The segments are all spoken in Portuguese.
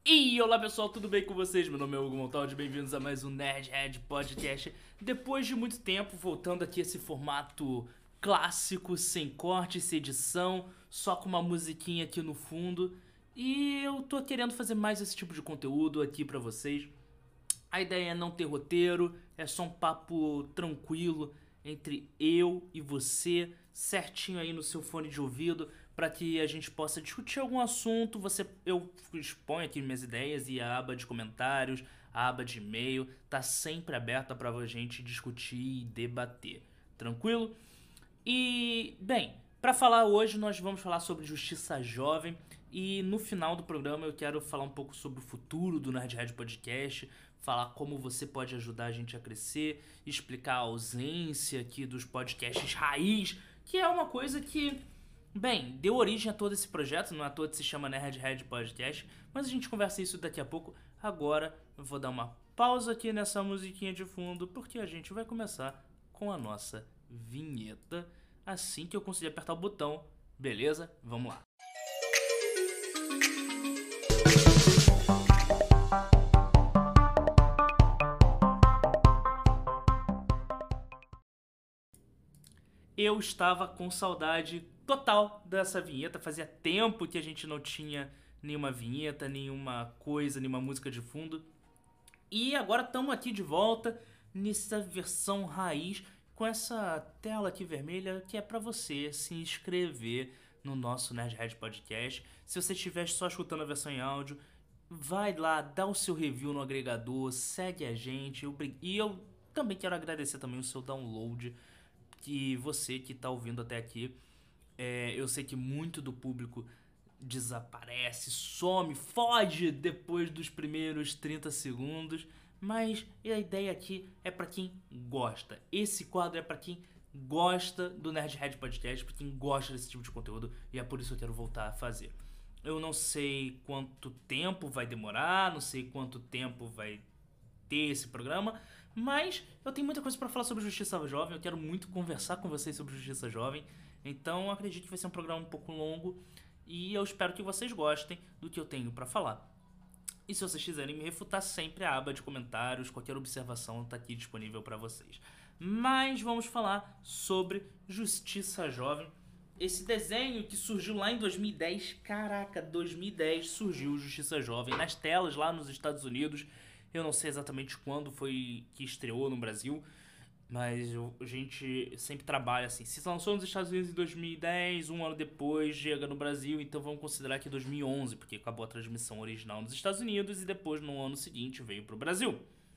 E olá pessoal, tudo bem com vocês? Meu nome é Hugo Montaldi, bem-vindos a mais um Nerdhead Podcast. Depois de muito tempo, voltando aqui a esse formato clássico, sem corte, sem edição, só com uma musiquinha aqui no fundo. E eu tô querendo fazer mais esse tipo de conteúdo aqui pra vocês. A ideia é não ter roteiro, é só um papo tranquilo entre eu e você, certinho aí no seu fone de ouvido, para que a gente possa discutir algum assunto. Eu exponho aqui minhas ideias e a aba de comentários, a aba de e-mail, tá sempre aberta para a gente discutir e debater. Tranquilo? E, bem, para falar hoje nós vamos falar sobre justiça jovem e no final do programa eu quero falar um pouco sobre o futuro do Nerdhead Podcast, falar como você pode ajudar a gente a crescer, explicar a ausência aqui dos podcasts raiz, que é uma coisa que, bem, deu origem a todo esse projeto, não é à toa que se chama Nerdhead Podcast, mas a gente conversa isso daqui a pouco. Agora eu vou dar uma pausa aqui nessa musiquinha de fundo, porque a gente vai começar com a nossa vinheta assim que eu conseguir apertar o botão. Beleza? Vamos lá. Eu estava com saudade total dessa vinheta. Fazia tempo que a gente não tinha nenhuma vinheta, nenhuma coisa, nenhuma música de fundo. E agora estamos aqui de volta nessa versão raiz com essa tela aqui vermelha que é para você se inscrever no nosso Nerdhead Podcast. Se você estiver só escutando a versão em áudio, vai lá, dá o seu review no agregador, segue a gente. E eu também quero agradecer também o seu download, que você que está ouvindo até aqui. Eu sei que muito do público desaparece, some, foge depois dos primeiros 30 segundos, mas a ideia aqui é para quem gosta. Esse quadro é para quem gosta do Nerdhead Podcast, para quem gosta desse tipo de conteúdo, e é por isso que eu quero voltar a fazer. Eu não sei quanto tempo vai demorar, não sei quanto tempo vai ter esse programa, mas eu tenho muita coisa para falar sobre Justiça Jovem, eu quero muito conversar com vocês sobre Justiça Jovem, então acredito que vai ser um programa um pouco longo e eu espero que vocês gostem do que eu tenho para falar. E se vocês quiserem me refutar, sempre a aba de comentários, qualquer observação está aqui disponível para vocês. Mas vamos falar sobre Justiça Jovem. Esse desenho que surgiu lá em 2010, caraca, 2010 surgiu Justiça Jovem nas telas lá nos Estados Unidos. Eu não sei exatamente quando foi que estreou no Brasil, mas a gente sempre trabalha assim. Se lançou nos Estados Unidos em 2010, um ano depois chega no Brasil, então vamos considerar que 2011, porque acabou a transmissão original nos Estados Unidos e depois no ano seguinte veio para o Brasil.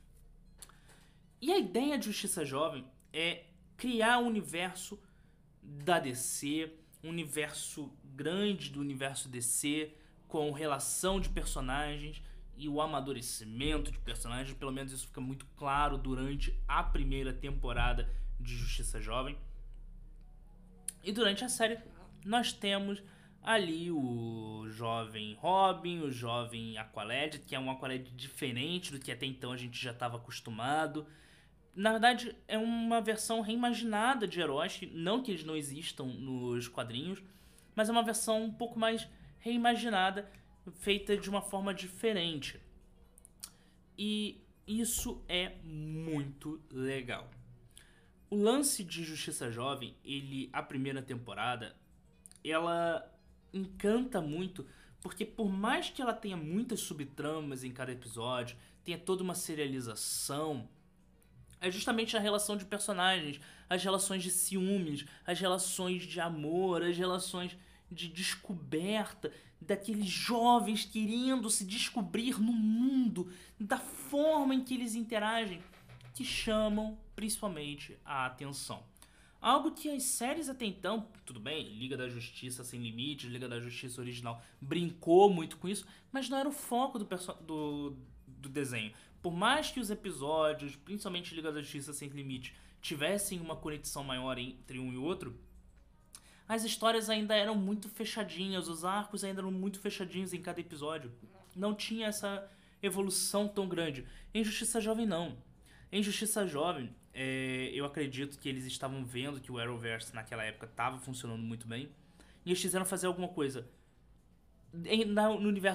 E a ideia de Justiça Jovem é criar um universo da DC, um universo grande do universo DC, com relação de personagens e o amadurecimento de personagens. Pelo menos isso fica muito claro durante a primeira temporada de Justiça Jovem. E durante a série nós temos ali o jovem Robin, o jovem Aqualad, que é um Aqualad diferente do que até então a gente já estava acostumado. Na verdade, é uma versão reimaginada de heróis, não que eles não existam nos quadrinhos, mas é uma versão um pouco mais reimaginada, feita de uma forma diferente. E isso é muito legal. O lance de Justiça Jovem, a primeira temporada, ela encanta muito, porque por mais que ela tenha muitas subtramas em cada episódio, tenha toda uma serialização, é justamente a relação de personagens, as relações de ciúmes, as relações de amor, as relações de descoberta daqueles jovens querendo se descobrir no mundo, da forma em que eles interagem, que chamam principalmente a atenção. Algo que as séries até então, tudo bem, Liga da Justiça Sem Limites, Liga da Justiça original, brincou muito com isso, mas não era o foco do desenho. Por mais que os episódios, principalmente Liga da Justiça Sem Limites, tivessem uma conexão maior entre um e outro, as histórias ainda eram muito fechadinhas, os arcos ainda eram muito fechadinhos em cada episódio. Não tinha essa evolução tão grande. Em Justiça Jovem, não. Em Justiça Jovem, eu acredito que eles estavam vendo que o Arrowverse naquela época estava funcionando muito bem. E eles quiseram fazer alguma coisa no universo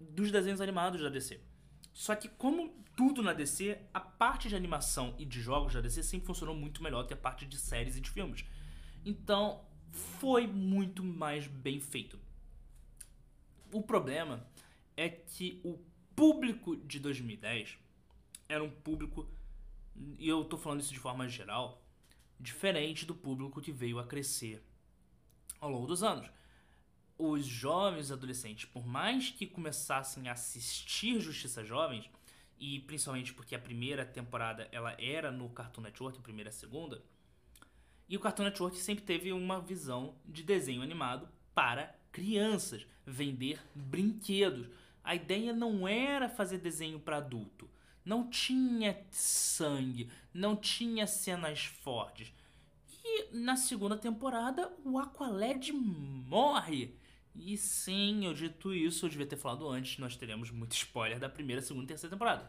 dos desenhos animados da DC. Só que como tudo na DC, a parte de animação e de jogos da DC sempre funcionou muito melhor que a parte de séries e de filmes. Então, foi muito mais bem feito. O problema é que o público de 2010 era um público, e eu tô falando isso de forma geral, diferente do público que veio a crescer ao longo dos anos. Os jovens adolescentes, por mais que começassem a assistir Justiça Jovens, e principalmente porque a primeira temporada ela era no Cartoon Network, a primeira e a segunda, e o Cartoon Network sempre teve uma visão de desenho animado para crianças, vender brinquedos. A ideia não era fazer desenho para adulto. Não tinha sangue, não tinha cenas fortes. E na segunda temporada, o Aqualad morre. E sim, eu dito isso, eu devia ter falado antes, nós teremos muito spoiler da primeira, segunda e terceira temporada.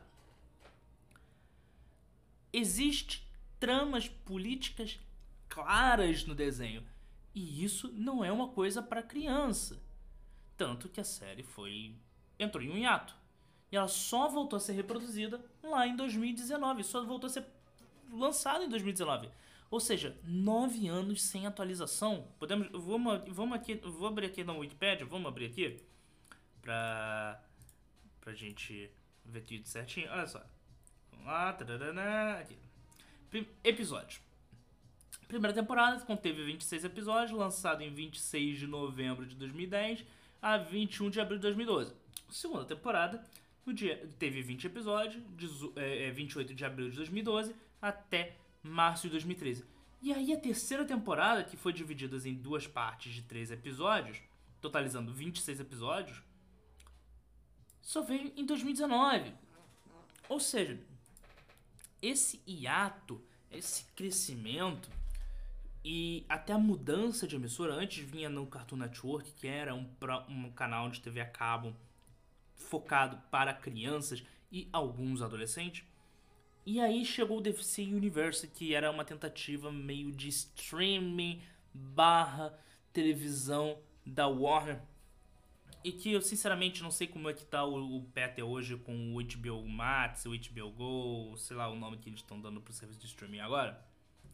Existem tramas políticas claras no desenho. E isso não é uma coisa para criança. Tanto que a série entrou em um hiato. E ela só voltou a ser reproduzida lá em 2019. Só voltou a ser lançada em 2019. Ou seja, 9 anos sem atualização. Vamos aqui, vou abrir aqui na Wikipedia, vamos abrir aqui pra gente ver tudo certinho. Olha só. Vamos lá, aqui. Episódios. Primeira temporada conteve 26 episódios, lançado em 26 de novembro de 2010 a 21 de abril de 2012. Segunda temporada teve 20 episódios, 28 de abril de 2012 até março de 2013. E aí a terceira temporada, que foi dividida em duas partes de 3 episódios, totalizando 26 episódios, só veio em 2019. Ou seja, esse hiato, esse crescimento e até a mudança de emissora, antes vinha no Cartoon Network, que era um canal de TV a cabo focado para crianças e alguns adolescentes. E aí chegou o DC Universe, que era uma tentativa meio de streaming / televisão da Warner. E que eu sinceramente não sei como é que tá o pé até hoje com o HBO Max, o HBO Go, sei lá o nome que eles estão dando pro serviço de streaming agora.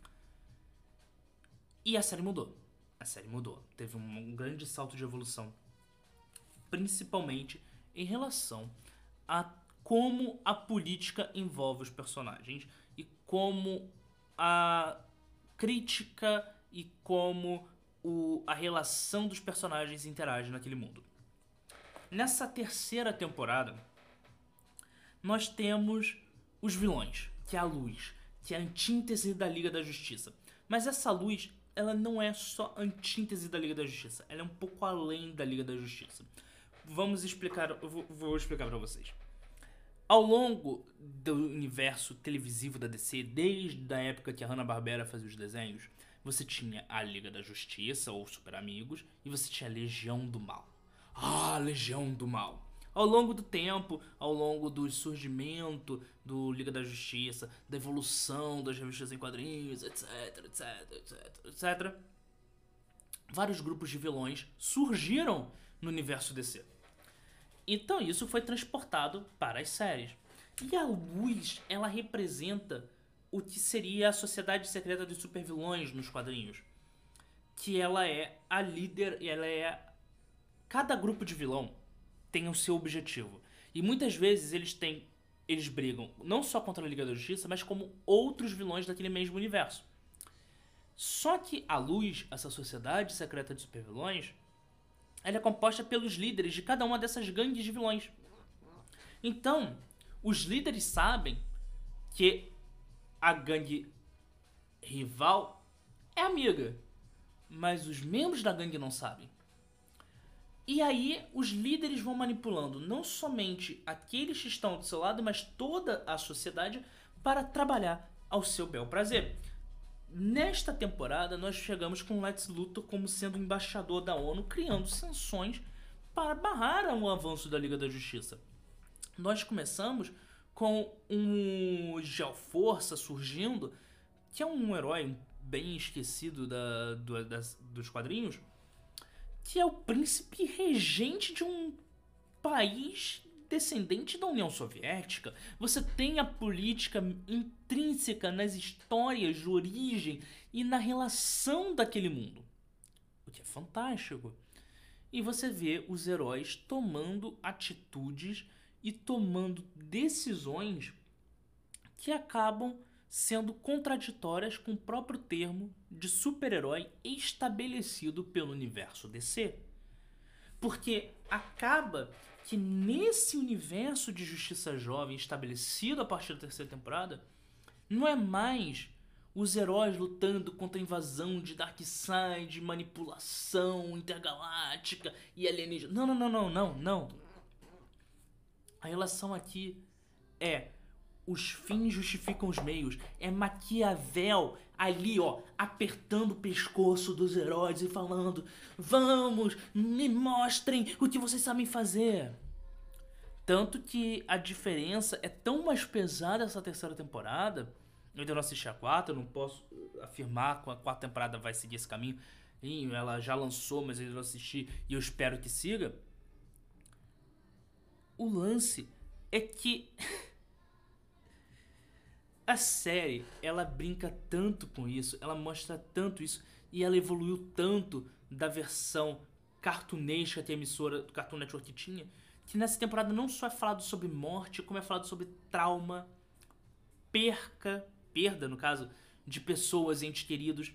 E a série mudou. A série mudou. Teve um grande salto de evolução. Principalmente em relação a como a política envolve os personagens e como a crítica e como a relação dos personagens interage naquele mundo. Nessa terceira temporada, nós temos os vilões, que é a Luz, que é a antítese da Liga da Justiça. Mas essa Luz, ela não é só antítese da Liga da Justiça, ela é um pouco além da Liga da Justiça. Vamos explicar, vou explicar pra vocês. Ao longo do universo televisivo da DC, desde a época que a Hanna-Barbera fazia os desenhos, você tinha a Liga da Justiça, ou Super Amigos, e você tinha a Legião do Mal. Legião do Mal. Ao longo do tempo, ao longo do surgimento do Liga da Justiça, da evolução das revistas em quadrinhos, etc, vários grupos de vilões surgiram no universo DC. Então isso foi transportado para as séries. E a Luz, ela representa o que seria a Sociedade Secreta dos Supervilões nos quadrinhos. Que ela é a líder, cada grupo de vilão tem o seu objetivo. E muitas vezes eles brigam não só contra a Liga da Justiça, mas como outros vilões daquele mesmo universo. Só que a Luz, essa Sociedade Secreta de Supervilões, ela é composta pelos líderes de cada uma dessas gangues de vilões. Então, os líderes sabem que a gangue rival é amiga, mas os membros da gangue não sabem. E aí, os líderes vão manipulando não somente aqueles que estão do seu lado, mas toda a sociedade para trabalhar ao seu bel prazer. Nesta temporada, nós chegamos com Lex Luthor como sendo o embaixador da ONU, criando sanções para barrar o avanço da Liga da Justiça. Nós começamos com um Geoforça surgindo, que é um herói bem esquecido dos quadrinhos, que é o príncipe regente de um país descendente da União Soviética. Você tem a política intrínseca nas histórias de origem e na relação daquele mundo, o que é fantástico. E você vê os heróis tomando atitudes e tomando decisões que acabam sendo contraditórias com o próprio termo de super-herói estabelecido pelo universo DC. Porque acaba que nesse universo de Justiça Jovem estabelecido a partir da terceira temporada, não é mais os heróis lutando contra a invasão de Darkseid, manipulação intergaláctica e alienígena. Não, não, não, não, não, não. A relação aqui é os fins justificam os meios. É Maquiavel ali, ó, apertando o pescoço dos heróis e falando: vamos, me mostrem o que vocês sabem fazer. Tanto que a diferença é tão mais pesada essa terceira temporada. Eu ainda não assisti a quarta, eu não posso afirmar que a quarta temporada vai seguir esse caminho. Ela já lançou, mas eu ainda não assisti e eu espero que siga. O lance é que a série, ela brinca tanto com isso, ela mostra tanto isso e ela evoluiu tanto da versão cartunesca que a emissora do Cartoon Network tinha, que nessa temporada não só é falado sobre morte, como é falado sobre trauma, perda no caso, de pessoas, entes queridos,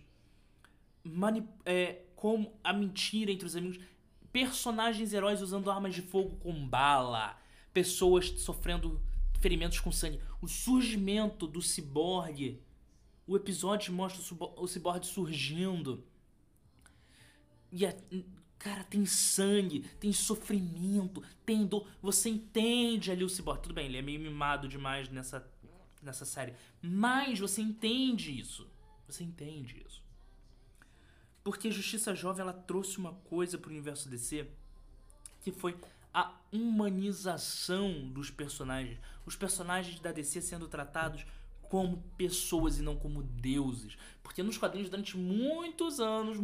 como a mentira entre os amigos, personagens heróis usando armas de fogo com bala, pessoas sofrendo ferimentos com sangue, o surgimento do ciborgue, o episódio mostra o ciborgue surgindo, e cara, tem sangue, tem sofrimento, tem dor, você entende ali o ciborgue, tudo bem, ele é meio mimado demais nessa série, mas você entende isso, porque Justiça Jovem, ela trouxe uma coisa pro universo DC, que foi a humanização dos personagens. Os personagens da DC sendo tratados como pessoas e não como deuses. Porque nos quadrinhos, durante muitos anos,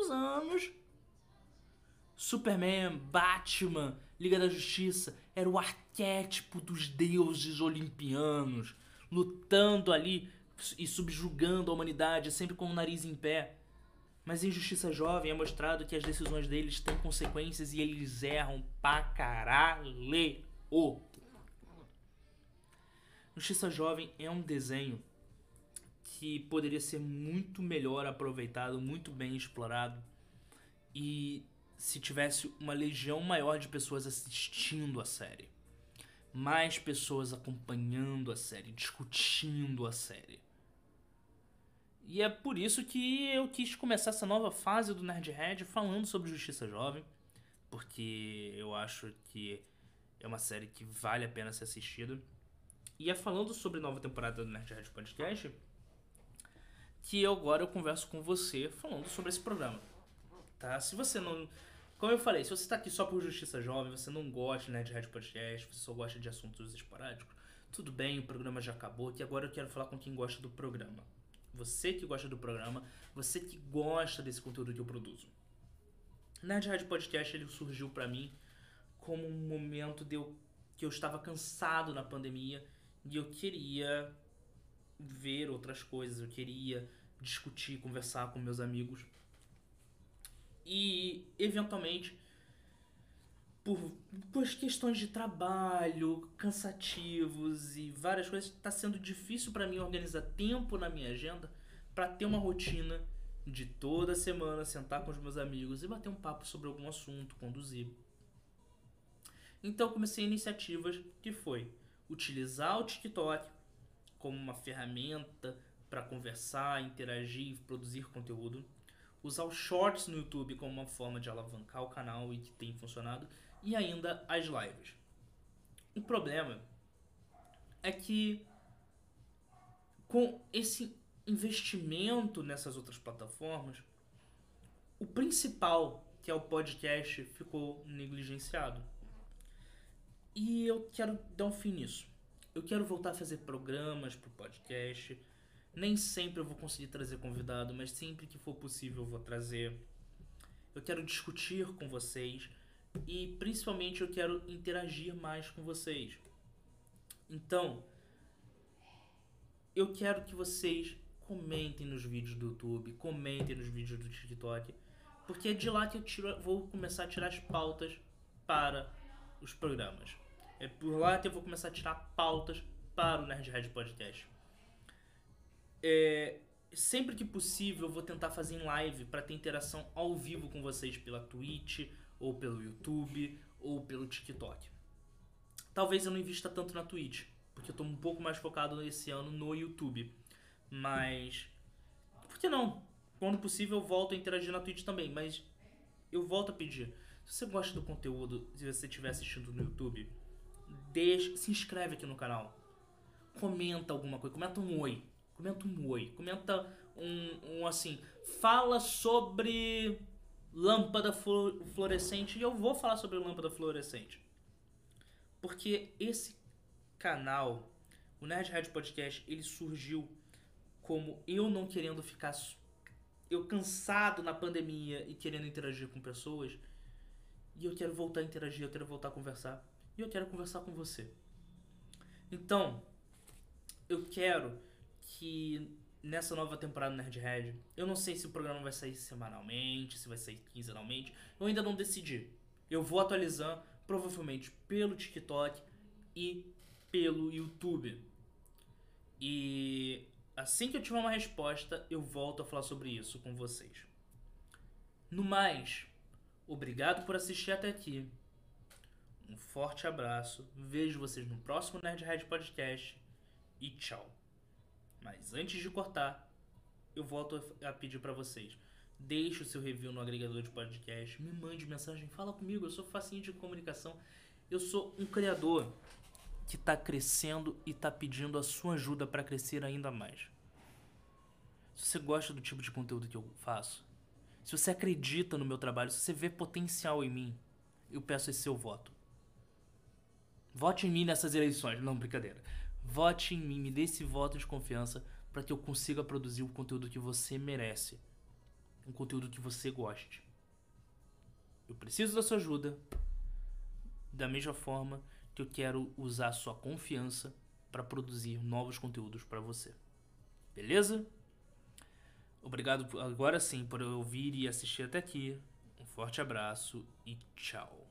Superman, Batman, Liga da Justiça era o arquétipo dos deuses olimpianos, lutando ali e subjugando a humanidade, sempre com o nariz em pé. Mas em Justiça Jovem é mostrado que as decisões deles têm consequências e eles erram pra caralho. Justiça Jovem é um desenho que poderia ser muito melhor aproveitado, muito bem explorado, e se tivesse uma legião maior de pessoas assistindo a série, mais pessoas acompanhando a série, discutindo a série. E é por isso que eu quis começar essa nova fase do Nerdhead falando sobre Justiça Jovem, porque eu acho que é uma série que vale a pena ser assistida. E é falando sobre a nova temporada do Nerdhead Podcast que agora eu converso com você falando sobre esse programa, tá? Se você não... Como eu falei, se você tá aqui só por Justiça Jovem, você não gosta de Nerdhead Podcast, você só gosta de assuntos esporádicos, tudo bem, o programa já acabou, que agora eu quero falar com quem gosta do programa. Você que gosta do programa, você que gosta desse conteúdo que eu produzo. Nerdhead Podcast, ele surgiu pra mim como um momento que eu estava cansado na pandemia e eu queria ver outras coisas, eu queria discutir, conversar com meus amigos. E, eventualmente, por questões de trabalho, cansativos e várias coisas, está sendo difícil para mim organizar tempo na minha agenda para ter uma rotina de toda semana sentar com os meus amigos e bater um papo sobre algum assunto, conduzir. Então comecei iniciativas que foi utilizar o TikTok como uma ferramenta para conversar, interagir, produzir conteúdo, usar os shorts no YouTube como uma forma de alavancar o canal e que tem funcionado, e ainda as lives. O problema é que com esse investimento nessas outras plataformas, o principal, que é o podcast, ficou negligenciado. E eu quero dar um fim nisso. Eu quero voltar a fazer programas pro podcast. Nem sempre eu vou conseguir trazer convidado, mas sempre que for possível eu vou trazer. Eu quero discutir com vocês. e principalmente eu quero interagir mais com vocês. Então, eu quero que vocês comentem nos vídeos do YouTube, comentem nos vídeos do TikTok, porque é de lá que vou começar a tirar as pautas para os programas. É por lá que eu vou começar a tirar pautas para o Nerdhead Podcast. Sempre que possível eu vou tentar fazer em live para ter interação ao vivo com vocês pela Twitch, ou pelo YouTube, ou pelo TikTok. Talvez eu não invista tanto na Twitch, porque eu tô um pouco mais focado esse ano no YouTube. Mas por que não? Quando possível eu volto a interagir na Twitch também, mas eu volto a pedir. Se você gosta do conteúdo, se você estiver assistindo no YouTube, se inscreve aqui no canal. Comenta alguma coisa, comenta um oi. Comenta um assim, fala sobre lâmpada fluorescente, e eu vou falar sobre lâmpada fluorescente. Porque esse canal, o Nerdhead Podcast, ele surgiu como eu não querendo ficar... Eu cansado na pandemia e querendo interagir com pessoas. E eu quero voltar a interagir, eu quero voltar a conversar. E eu quero conversar com você. Então, eu quero que nessa nova temporada do Nerdhead, eu não sei se o programa vai sair semanalmente, se vai sair quinzenalmente. Eu ainda não decidi. Eu vou atualizando, provavelmente pelo TikTok e pelo YouTube. E assim que eu tiver uma resposta, eu volto a falar sobre isso com vocês. No mais, obrigado por assistir até aqui. Um forte abraço. Vejo vocês no próximo Nerdhead Podcast. E tchau. Mas antes de cortar, eu volto a pedir pra vocês. Deixe o seu review no agregador de podcast. Me mande mensagem. Fala comigo. Eu sou facinho de comunicação. Eu sou um criador que está crescendo e está pedindo a sua ajuda para crescer ainda mais. Se você gosta do tipo de conteúdo que eu faço, se você acredita no meu trabalho, se você vê potencial em mim, eu peço esse seu voto. Vote em mim nessas eleições. Não, brincadeira. Vote em mim, me dê esse voto de confiança para que eu consiga produzir o conteúdo que você merece. Um conteúdo que você goste. Eu preciso da sua ajuda. Da mesma forma que eu quero usar a sua confiança para produzir novos conteúdos para você. Beleza? Obrigado agora sim por ouvir e assistir até aqui. Um forte abraço e tchau.